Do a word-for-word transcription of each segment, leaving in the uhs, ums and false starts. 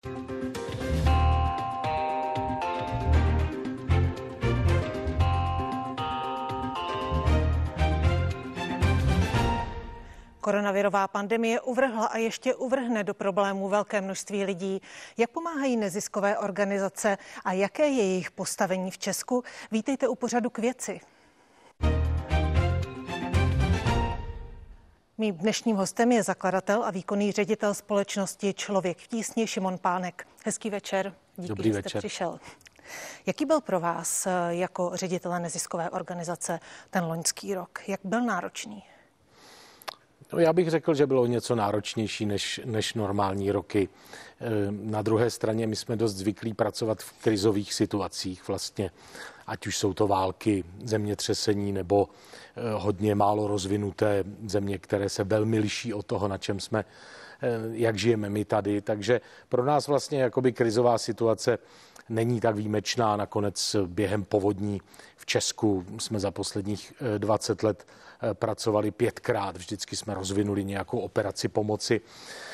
Koronavirová pandemie uvrhla a ještě uvrhne do problémů velké množství lidí. Jak pomáhají neziskové organizace a jaké je jejich postavení v Česku? Vítejte u pořadu K věci. Mým dnešním hostem je zakladatel a výkonný ředitel společnosti Člověk v tísni Šimon Pánek. Hezký večer. Díky, Dobrý že jste večer. přišel. Jaký byl pro vás jako ředitele neziskové organizace ten loňský rok? Jak byl náročný? No, já bych řekl, že bylo něco náročnější než, než normální roky. Na druhé straně my jsme dost zvyklí pracovat v krizových situacích vlastně, ať už jsou to války, zemětřesení nebo hodně málo rozvinuté země, které se velmi liší od toho, na čem jsme, jak žijeme my tady. Takže pro nás vlastně jakoby krizová situace není tak výjimečná. Nakonec během povodní v Česku jsme za posledních dvacet let pracovali pětkrát. Vždycky jsme rozvinuli nějakou operaci pomoci.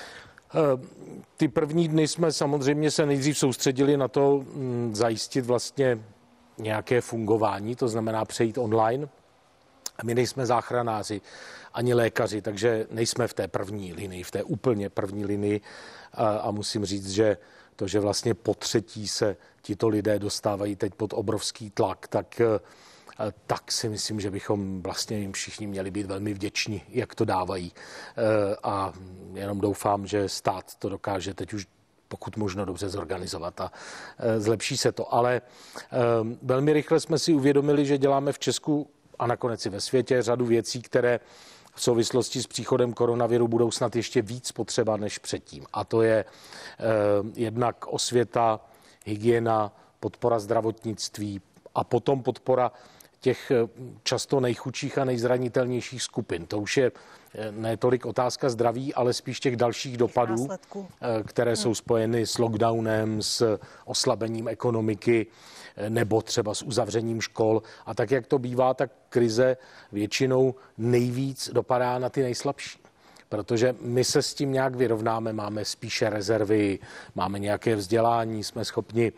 Ty první dny jsme samozřejmě se nejdřív soustředili na to zajistit vlastně nějaké fungování, to znamená přejít online. My nejsme záchranáři ani lékaři, takže nejsme v té první linii, v té úplně první linii a, a musím říct, že to, že vlastně po třetí se tito lidé dostávají teď pod obrovský tlak, tak, tak si myslím, že bychom vlastně jim všichni měli být velmi vděční, jak to dávají. A jenom doufám, že stát to dokáže teď už pokud možno dobře zorganizovat a zlepší se to. Ale velmi rychle jsme si uvědomili, že děláme v Česku a nakonec i ve světě řadu věcí, které v souvislosti s příchodem koronaviru budou snad ještě víc potřeba než předtím. A to je eh, jednak osvěta, hygiena, podpora zdravotnictví a potom podpora těch často nejchudších a nejzranitelnějších skupin. To už je ne tolik otázka zdraví, ale spíš těch dalších dopadů, které jsou spojeny s lockdownem, s oslabením ekonomiky nebo třeba s uzavřením škol. A tak, jak to bývá, tak krize většinou nejvíc dopadá na ty nejslabší. Protože my se s tím nějak vyrovnáme, máme spíše rezervy, máme nějaké vzdělání, jsme schopni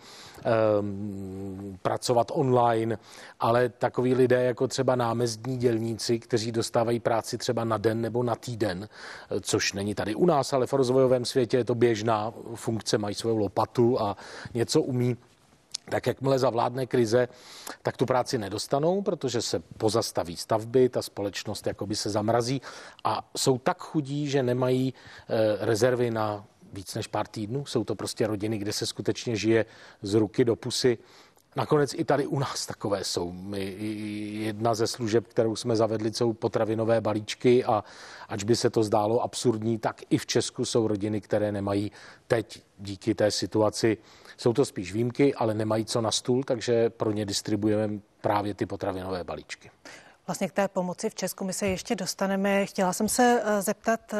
um, pracovat online, ale takoví lidé jako třeba námezdní dělníci, kteří dostávají práci třeba na den nebo na týden, což není tady u nás, ale v rozvojovém světě je to běžná funkce, mají svou lopatu a něco umí. Tak jakmile zavládne krize, tak tu práci nedostanou, protože se pozastaví stavby, ta společnost jakoby se zamrazí a jsou tak chudí, že nemají e, rezervy na víc než pár týdnů. Jsou to prostě rodiny, kde se skutečně žije z ruky do pusy. Nakonec i tady u nás takové jsou. My, jedna ze služeb, kterou jsme zavedli, jsou potravinové balíčky a ač by se to zdálo absurdní, tak i v Česku jsou rodiny, které nemají teď díky té situaci. Jsou to spíš výjimky, ale nemají co na stůl, takže pro ně distribuujeme právě ty potravinové balíčky. Vlastně k té pomoci v Česku my se ještě dostaneme. Chtěla jsem se zeptat,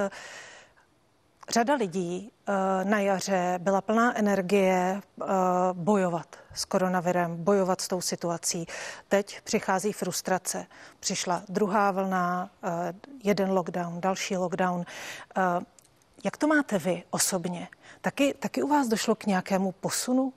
řada lidí na jaře byla plná energie bojovat s koronavirem, bojovat s tou situací. Teď přichází frustrace. Přišla druhá vlna, jeden lockdown, další lockdown. Jak to máte vy osobně? Taky, taky u vás došlo k nějakému posunu?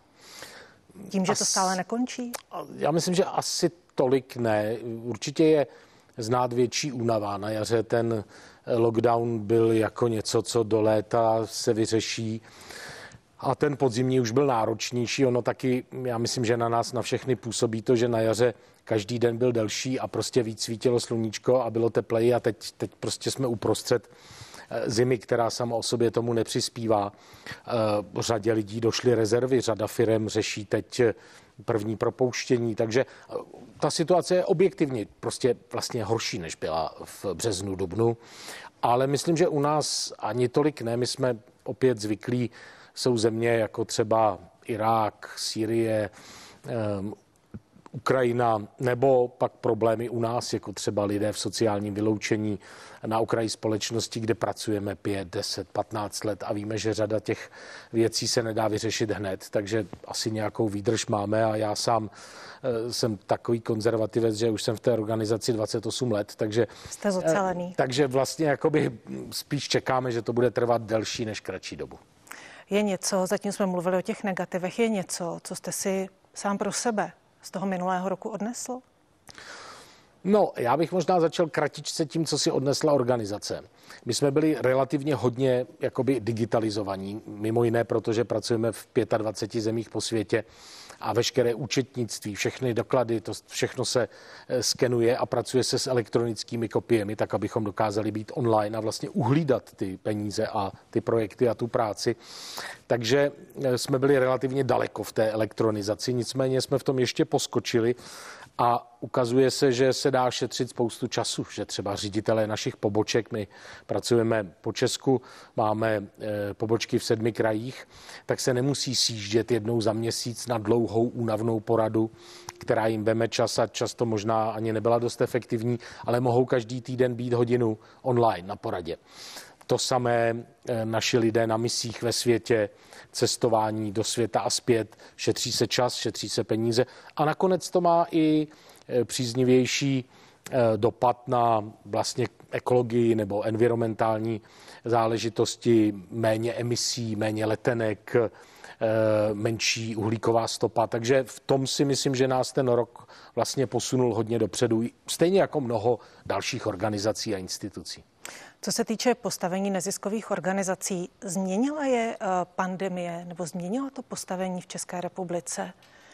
Tím, že As, to stále nekončí? Já myslím, že asi tolik ne. Určitě je znát větší únava. Na jaře ten lockdown byl jako něco, co do léta se vyřeší. A ten podzimní už byl náročnější. Ono taky, já myslím, že na nás, na všechny působí to, že na jaře každý den byl delší a prostě víc svítilo sluníčko a bylo tepleji a teď, teď prostě jsme uprostřed zimy, která sama o sobě tomu nepřispívá. Řadě lidí došly rezervy, řada firem řeší teď první propouštění, takže ta situace je objektivně prostě vlastně horší, než byla v březnu, dubnu, ale myslím, že u nás ani tolik ne, my jsme opět zvyklí, jsou země jako třeba Irák, Sýrie, Ukrajina, nebo pak problémy u nás, jako třeba lidé v sociálním vyloučení na okraji společnosti, kde pracujeme pět, deset, patnáct let a víme, že řada těch věcí se nedá vyřešit hned, takže asi nějakou výdrž máme a já sám jsem takový konzervativec, že už jsem v té organizaci dvacet osm let, takže, jste zocelený. Takže vlastně jakoby spíš čekáme, že to bude trvat delší než kratší dobu. je něco, zatím jsme mluvili o těch negativech, je něco, co jste si sám pro sebe z toho minulého roku odnesl? No, já bych možná začal kratičce tím, co si odnesla organizace. My jsme byli relativně hodně jakoby digitalizovaní, mimo jiné, protože pracujeme v dvaceti pěti zemích po světě a veškeré účetnictví, všechny doklady, to všechno se skenuje a pracuje se s elektronickými kopiemi, tak abychom dokázali být online a vlastně uhlídat ty peníze a ty projekty a tu práci. Takže jsme byli relativně daleko v té elektronizaci, nicméně jsme v tom ještě poskočili. A ukazuje se, že se dá šetřit spoustu času, že třeba ředitelé našich poboček, my pracujeme po Česku, máme pobočky v sedmi krajích, tak se nemusí sjíždět jednou za měsíc na dlouhou únavnou poradu, která jim veme čas a často možná ani nebyla dost efektivní, ale mohou každý týden být hodinu online na poradě. To samé naši lidé na misích ve světě, cestování do světa a zpět, šetří se čas, šetří se peníze a nakonec to má i příznivější dopad na vlastně ekologii nebo environmentální záležitosti, méně emisí, méně letenek, menší uhlíková stopa. Takže v tom si myslím, že nás ten rok vlastně posunul hodně dopředu, stejně jako mnoho dalších organizací a institucí. Co se týče postavení neziskových organizací, změnila je pandemie nebo změnila to postavení v České republice?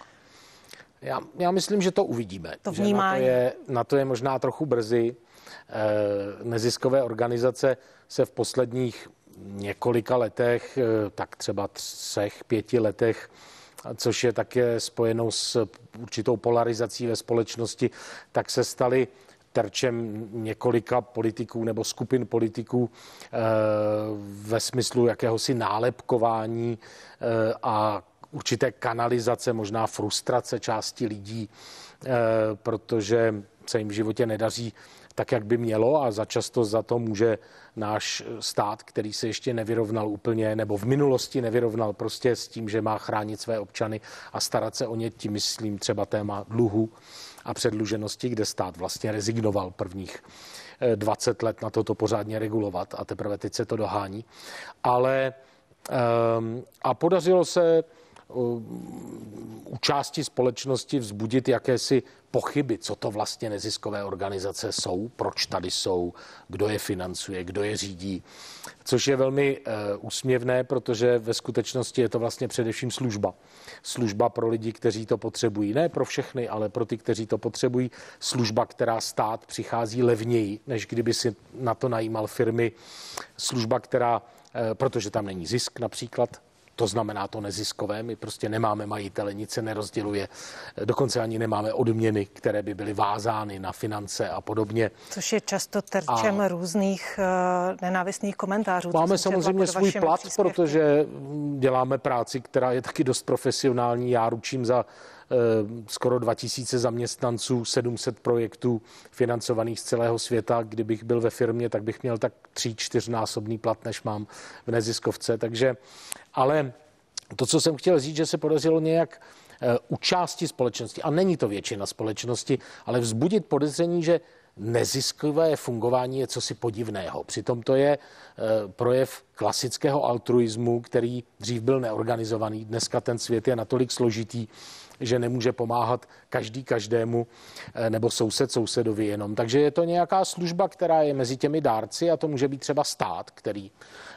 Já, já myslím, že to uvidíme. To že na, to je, na to je možná trochu brzy. E, neziskové organizace se v posledních několika letech, tak třeba třech, pěti letech, což je také spojeno s určitou polarizací ve společnosti, tak se staly terčem několika politiků nebo skupin politiků ve smyslu jakéhosi nálepkování a určité kanalizace, možná frustrace části lidí, protože se jim v životě nedaří tak, jak by mělo a začasto za to může náš stát, který se ještě nevyrovnal úplně, nebo v minulosti nevyrovnal prostě s tím, že má chránit své občany a starat se o ně, tím myslím třeba téma dluhu a předluženosti, kde stát vlastně rezignoval prvních dvacet let na toto pořádně regulovat a teprve teď se to dohání. Ale a podařilo se u části společnosti vzbudit jakési pochyby, co to vlastně neziskové organizace jsou, proč tady jsou, kdo je financuje, kdo je řídí, což je velmi uh, úsměvné, protože ve skutečnosti je to vlastně především služba. Služba pro lidi, kteří to potřebují. Ne pro všechny, ale pro ty, kteří to potřebují. Služba, která stát přichází levněji, než kdyby si na to najímal firmy. Služba, která, uh, protože tam není zisk například, to znamená to neziskové, my prostě nemáme majitele, nic se nerozděluje, dokonce ani nemáme odměny, které by byly vázány na finance a podobně. Což je často terčem a různých uh, nenávistných komentářů. Máme samozřejmě svůj plat, příspěvky. Protože děláme práci, která je taky dost profesionální. Já ručím za uh, skoro dva tisíce zaměstnanců, sedm set projektů financovaných z celého světa. Kdybych byl ve firmě, tak bych měl tak tři, čtyřnásobný plat, než mám v neziskovce. Takže ale to, co jsem chtěl říct, že se podařilo nějak u části společnosti, a není to většina společnosti, ale vzbudit podezření, že neziskové fungování je cosi podivného. Přitom to je projev klasického altruismu, který dřív byl neorganizovaný. Dneska ten svět je natolik složitý, že nemůže pomáhat každý každému nebo soused sousedovi jenom. Takže je to nějaká služba, která je mezi těmi dárci a to může být třeba stát, který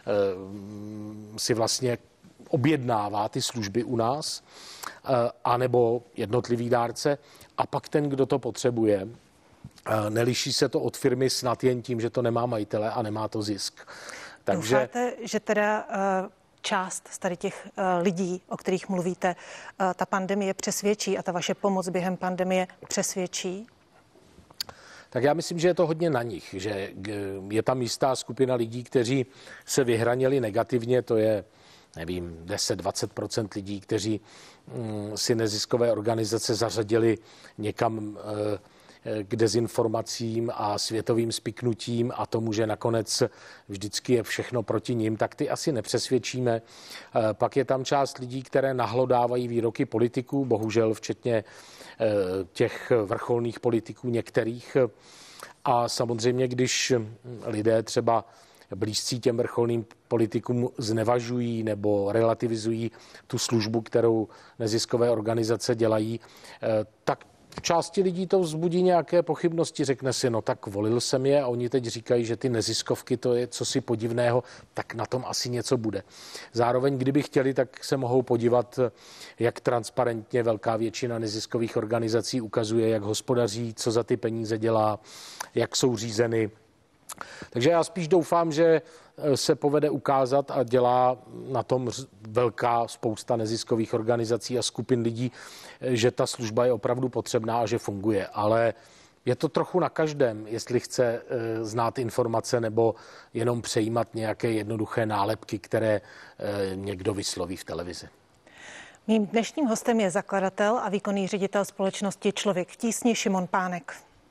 si vlastně objednává ty služby u nás, anebo jednotlivý dárce a pak ten, kdo to potřebuje. Neliší se to od firmy snad jen tím, že to nemá majitele a nemá to zisk. Takže... Doufáte, že teda část z tady těch lidí, o kterých mluvíte, ta pandemie přesvědčí a ta vaše pomoc během pandemie přesvědčí? Tak já myslím, že je to hodně na nich, že je tam jistá skupina lidí, kteří se vyhranili negativně, to je, nevím, deset až dvacet procent lidí, kteří si neziskové organizace zařadili někam k dezinformacím a světovým spiknutím a tomu, že nakonec vždycky je všechno proti nim, tak ty asi nepřesvědčíme. Pak je tam část lidí, které nahlodávají výroky politiků, bohužel včetně těch vrcholných politiků některých. A samozřejmě, když lidé třeba blízcí těm vrcholným politikům znevažují nebo relativizují tu službu, kterou neziskové organizace dělají, tak v části lidí to vzbudí nějaké pochybnosti. Řekne si, no tak volil jsem je a oni teď říkají, že ty neziskovky to je cosi podivného, tak na tom asi něco bude. Zároveň, kdyby chtěli, tak se mohou podívat, jak transparentně velká většina neziskových organizací ukazuje, jak hospodaří, co za ty peníze dělá, jak jsou řízeny. Takže já spíš doufám, že se povede ukázat a dělá na tom velká spousta neziskových organizací a skupin lidí, že ta služba je opravdu potřebná a že funguje. Ale je to trochu na každém, jestli chce znát informace nebo jenom přejímat nějaké jednoduché nálepky, které někdo vysloví v televizi. Mým dnešním hostem je zakladatel a výkonný ředitel společnosti Člověk v tísni Šimon Pánek.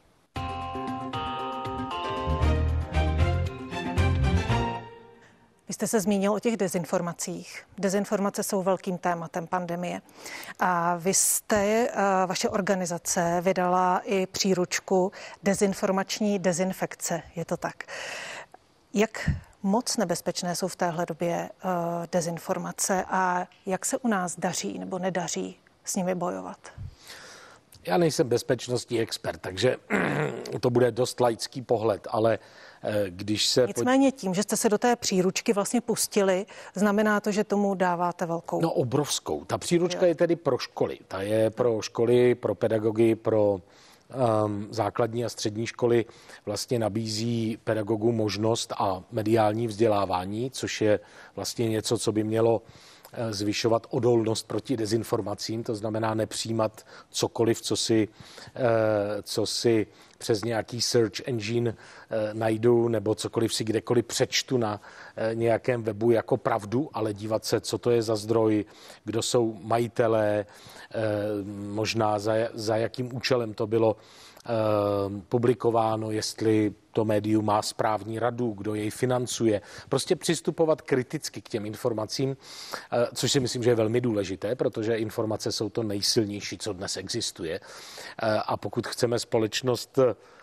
Vy jste se zmínil o těch dezinformacích. Dezinformace jsou velkým tématem pandemie. A vy jste, vaše organizace vydala i příručku Dezinformační dezinfekce. Je to tak. Jak moc nebezpečné jsou v téhle době dezinformace a jak se u nás daří nebo nedaří s nimi bojovat? Já nejsem bezpečnostní expert, takže to bude dost laický pohled, ale když se... Nicméně tím, že jste se do té příručky vlastně pustili, znamená to, že tomu dáváte velkou... No obrovskou. Ta příručka jo. je tedy pro školy. Ta je pro školy, pro pedagogy, pro um, základní a střední školy. Vlastně nabízí pedagogům možnost a mediální vzdělávání, což je vlastně něco, co by mělo zvyšovat odolnost proti dezinformacím, to znamená nepřijímat cokoliv, co si, co si přes nějaký search engine najdu nebo cokoliv si kdekoliv přečtu na nějakém webu jako pravdu, ale dívat se, co to je za zdroj, kdo jsou majitelé, možná za, za jakým účelem to bylo publikováno, jestli to médium má správní radu, kdo jej financuje. Prostě přistupovat kriticky k těm informacím, což si myslím, že je velmi důležité, protože informace jsou to nejsilnější, co dnes existuje. A pokud chceme společnost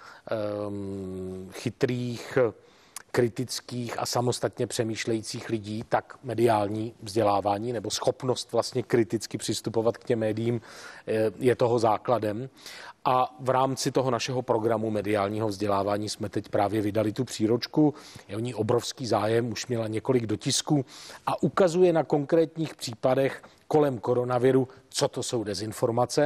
chytrých, kritických a samostatně přemýšlejících lidí, tak mediální vzdělávání nebo schopnost vlastně kriticky přistupovat k těm médiím je toho základem. A v rámci toho našeho programu mediálního vzdělávání jsme teď právě vydali tu příručku. Je o ní obrovský zájem, už měla několik dotisků a ukazuje na konkrétních případech kolem koronaviru, co to jsou dezinformace,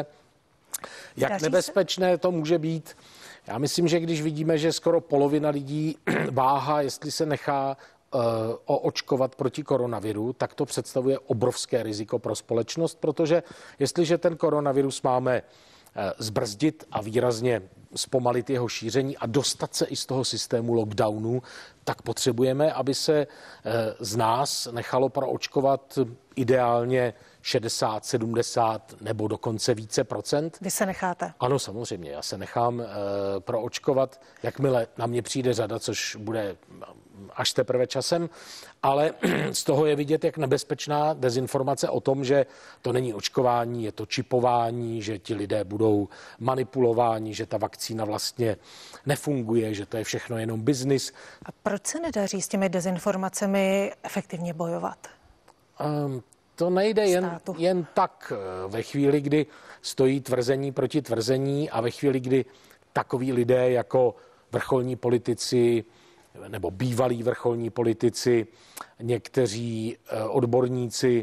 jak nebezpečné to může být. Já myslím, že když vidíme, že skoro polovina lidí váhá, jestli se nechá uh, oočkovat proti koronaviru, tak to představuje obrovské riziko pro společnost, protože jestliže ten koronavirus máme uh, zbrzdit a výrazně zpomalit jeho šíření a dostat se i z toho systému lockdownu, tak potřebujeme, aby se uh, z nás nechalo proočkovat ideálně šedesát, sedmdesát nebo dokonce více procent. Vy se necháte? Ano, samozřejmě. Já se nechám e, proočkovat, jakmile na mě přijde řada, což bude až teprve časem, ale z toho je vidět, jak nebezpečná dezinformace o tom, že to není očkování, je to čipování, že ti lidé budou manipulováni, že ta vakcína vlastně nefunguje, že to je všechno jenom biznis. A proč se nedaří s těmi dezinformacemi efektivně bojovat? Um, To nejde jen, jen tak ve chvíli, kdy stojí tvrzení proti tvrzení a ve chvíli, kdy takoví lidé jako vrcholní politici nebo bývalí vrcholní politici, někteří odborníci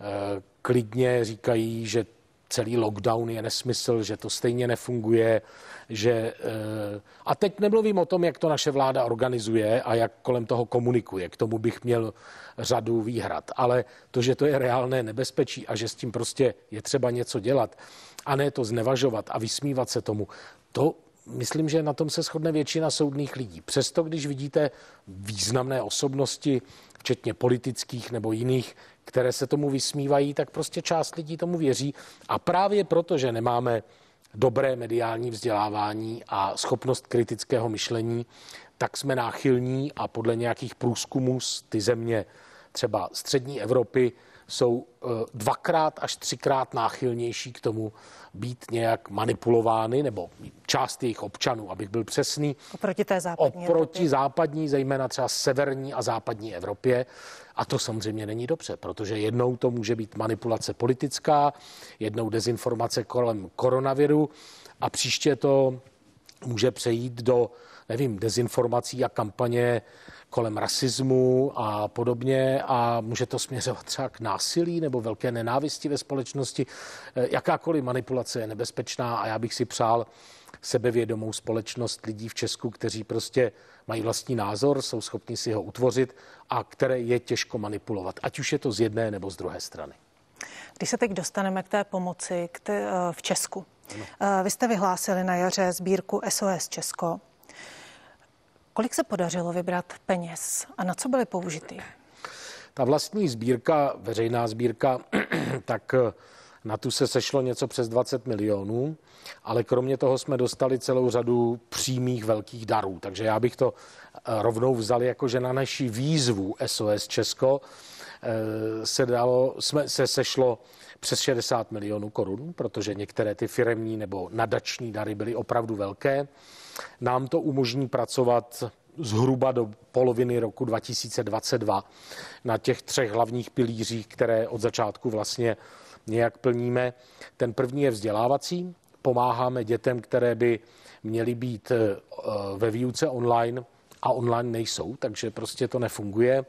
klidně říkají, že celý lockdown je nesmysl, že to stejně nefunguje, že... A teď nemluvím o tom, jak to naše vláda organizuje a jak kolem toho komunikuje. K tomu bych měl řadu výhrad. Ale to, že to je reálné nebezpečí a že s tím prostě je třeba něco dělat a ne to znevažovat a vysmívat se tomu, to myslím, že na tom se shodne většina soudných lidí. Přesto, když vidíte významné osobnosti, včetně politických nebo jiných, které se tomu vysmívají, tak prostě část lidí tomu věří. A právě proto, že nemáme dobré mediální vzdělávání a schopnost kritického myšlení, tak jsme náchylní a podle nějakých průzkumů ty země třeba střední Evropy jsou dvakrát až třikrát náchylnější k tomu být nějak manipulovány, nebo část jejich občanů, abych byl přesný. Oproti té západní Oproti Evropě. západní, zejména třeba severní a západní Evropě. A to samozřejmě není dobře, protože jednou to může být manipulace politická, jednou dezinformace kolem koronaviru a příště to může přejít do, nevím, dezinformací a kampaně kolem rasismu a podobně a může to směřovat třeba k násilí nebo velké nenávisti ve společnosti. Jakákoliv manipulace je nebezpečná a já bych si přál sebevědomou společnost lidí v Česku, kteří prostě mají vlastní názor, jsou schopni si ho utvořit a které je těžko manipulovat, ať už je to z jedné nebo z druhé strany. Když se teď dostaneme k té pomoci k té, v Česku. Ano. Vy jste vyhlásili na jaře sbírku S O S Česko. Kolik se podařilo vybrat peněz a na co byly použity? Ta vlastní sbírka, veřejná sbírka, tak na tu se sešlo něco přes dvacet milionů, ale kromě toho jsme dostali celou řadu přímých velkých darů. Takže já bych to rovnou vzal jako, že na naši výzvu S O S Česko se, dalo, jsme, se sešlo přes šedesát milionů korun, protože některé ty firemní nebo nadační dary byly opravdu velké. Nám to umožní pracovat zhruba do poloviny roku dva tisíce dvacet dva na těch třech hlavních pilířích, které od začátku vlastně nějak plníme. Ten první je vzdělávací. Pomáháme dětem, které by měly být ve výuce online a online nejsou, takže prostě to nefunguje.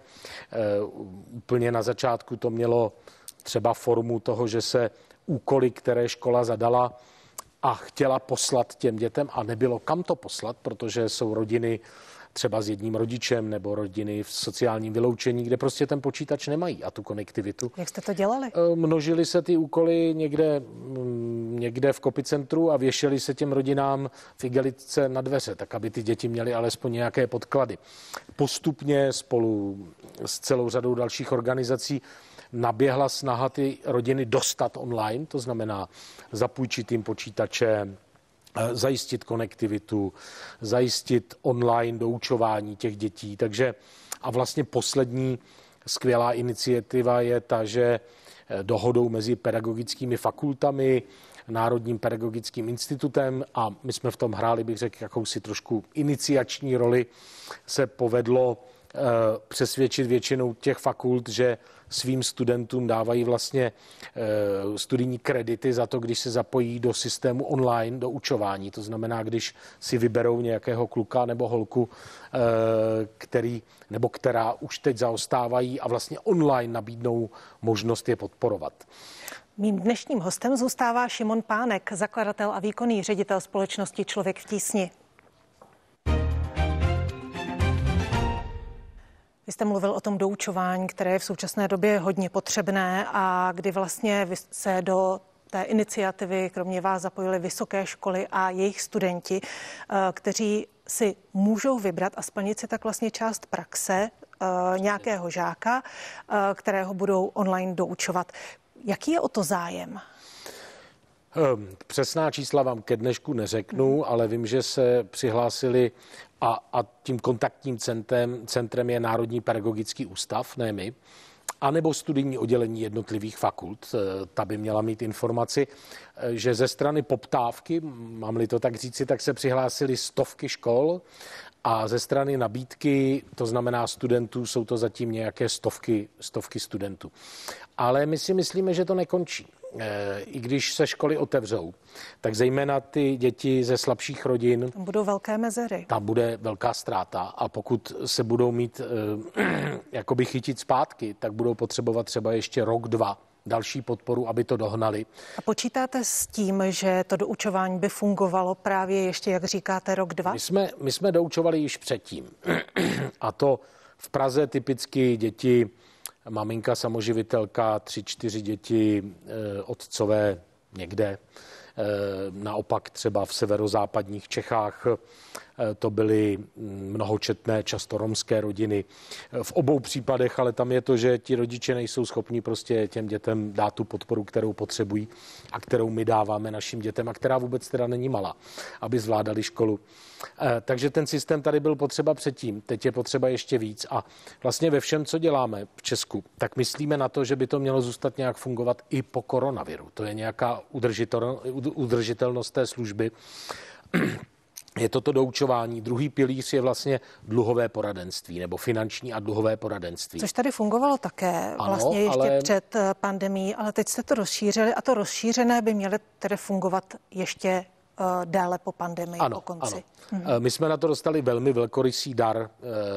Úplně na začátku to mělo třeba formu toho, že se úkoly, které škola zadala a chtěla poslat těm dětem a nebylo kam to poslat, protože jsou rodiny třeba s jedním rodičem nebo rodiny v sociálním vyloučení, kde prostě ten počítač nemají a tu konektivitu. Jak jste to dělali? Množili se ty úkoly někde, někde v Kopicentru a věšeli se těm rodinám v igelitce na dveře, tak aby ty děti měly alespoň nějaké podklady. Postupně spolu s celou řadou dalších organizací naběhla snaha ty rodiny dostat online, to znamená zapůjčit jim počítače, zajistit konektivitu, zajistit online doučování těch dětí. Takže a vlastně poslední skvělá iniciativa je ta, že dohodou mezi pedagogickými fakultami, Národním pedagogickým institutem a my jsme v tom hráli, bych řekl, jakousi trošku iniciační roli, se povedlo přesvědčit většinou těch fakult, že svým studentům dávají vlastně studijní kredity za to, když se zapojí do systému online, do učování. To znamená, když si vyberou nějakého kluka nebo holku, který nebo která už teď zaostávají a vlastně online nabídnou možnost je podporovat. Mým dnešním hostem zůstává Šimon Pánek, zakladatel a výkonný ředitel společnosti Člověk v tísni. Vy jste mluvil o tom doučování, které je v současné době hodně potřebné a kdy vlastně se do té iniciativy kromě vás zapojili vysoké školy a jejich studenti, kteří si můžou vybrat a splnit si tak vlastně část praxe nějakého žáka, kterého budou online doučovat. Jaký je o to zájem? Přesná čísla vám ke dnešku neřeknu, ale vím, že se přihlásili a, a tím kontaktním centrem, centrem je Národní pedagogický ústav, ne my, anebo studijní oddělení jednotlivých fakult. Ta by měla mít informaci, že ze strany poptávky, mám-li to tak říci, tak se přihlásili stovky škol a ze strany nabídky, to znamená studentů, jsou to zatím nějaké stovky, stovky studentů. Ale my si myslíme, že to nekončí. I když se školy otevřou, tak zejména ty děti ze slabších rodin. Tam budou velké mezery. Tam bude velká ztráta a pokud se budou mít eh, jakoby chytit zpátky, tak budou potřebovat třeba ještě rok, dva další podporu, aby to dohnali. A počítáte s tím, že to doučování by fungovalo právě ještě, jak říkáte, rok, dva? My jsme, my jsme doučovali již předtím. A to v Praze typicky děti, maminka samoživitelka, tři, čtyři děti, eh, otcové někde. Eh, naopak třeba v severozápadních Čechách to byly mnohočetné, často romské rodiny. V obou případech, ale tam je to, že ti rodiče nejsou schopni prostě těm dětem dát tu podporu, kterou potřebují a kterou my dáváme našim dětem a která vůbec teda není malá, aby zvládali školu. Takže ten systém tady byl potřeba předtím, teď je potřeba ještě víc a vlastně ve všem, co děláme v Česku, tak myslíme na to, že by to mělo zůstat nějak fungovat i po koronaviru. To je nějaká udržitel, udržitelnost té služby. Je to to doučování. Druhý pilíř je vlastně dluhové poradenství nebo finanční a dluhové poradenství. Což tady fungovalo také ano, vlastně ještě ale... před pandemií, ale teď jste to rozšířili a to rozšířené by mělo tedy fungovat ještě uh, déle po pandemii, ano, po konci. Ano. Hmm. My jsme na to dostali velmi velkorysý dar uh,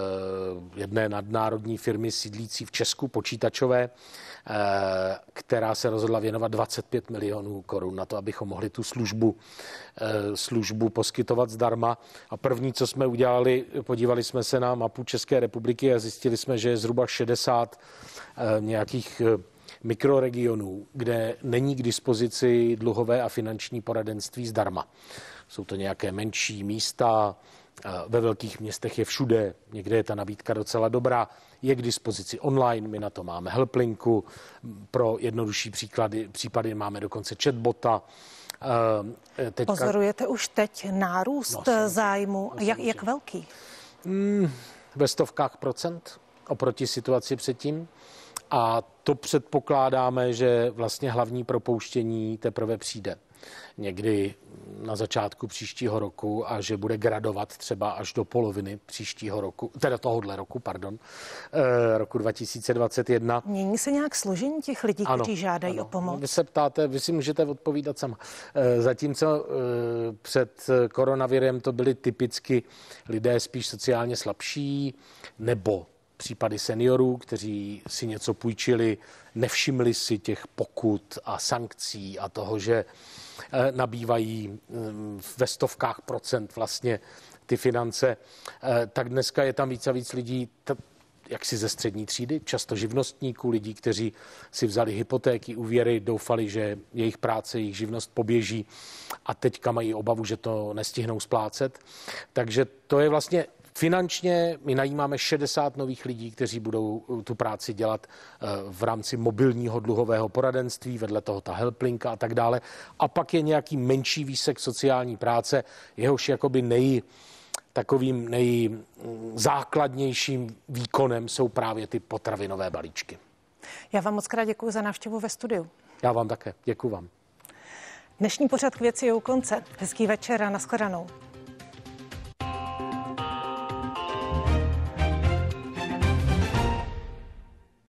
jedné nadnárodní firmy sídlící v Česku, počítačové, uh, která se rozhodla věnovat dvacet pět milionů korun na to, abychom mohli tu službu, uh, službu poskytovat zdarma. A první, co jsme udělali, podívali jsme se na mapu České republiky a zjistili jsme, že je zhruba šedesát uh, nějakých uh, mikroregionů, kde není k dispozici dluhové a finanční poradenství zdarma. Jsou to nějaké menší místa, ve velkých městech je všude, někde je ta nabídka docela dobrá, je k dispozici online, my na to máme helplinku, pro jednodušší příklady, případy máme dokonce chatbota. Teďka... Pozorujete už teď nárůst no, zájmu, no, jak, jak velký? Hmm, ve stovkách procent oproti situaci předtím. A to předpokládáme, že vlastně hlavní propouštění teprve přijde někdy na začátku příštího roku a že bude gradovat třeba až do poloviny příštího roku, teda tohohle roku, pardon, roku dva tisíce dvacet jedna. Mění se nějak složení těch lidí, ano, kteří žádají ano. o pomoc? Vy se ptáte, vy si můžete odpovídat sama. Zatímco před koronavirem to byli typicky lidé spíš sociálně slabší nebo případy seniorů, kteří si něco půjčili, nevšimli si těch pokut a sankcí a toho, že nabývají ve stovkách procent vlastně ty finance, tak dneska je tam víc a víc lidí, jaksi ze střední třídy, často živnostníků, lidí, kteří si vzali hypotéky, úvěry, doufali, že jejich práce, jejich živnost poběží a teďka mají obavu, že to nestihnou splácet. Takže to je vlastně finančně, my najímáme šedesát nových lidí, kteří budou tu práci dělat v rámci mobilního dluhového poradenství, vedle toho ta helplinka a tak dále. A pak je nějaký menší výsek sociální práce, jehož jakoby nej, takovým nejzákladnějším výkonem jsou právě ty potravinové balíčky. Já vám moc krát děkuji za návštěvu ve studiu. Já vám také, děkuji vám. Dnešní pořad K věci je u konce. Hezký večer a nashledanou.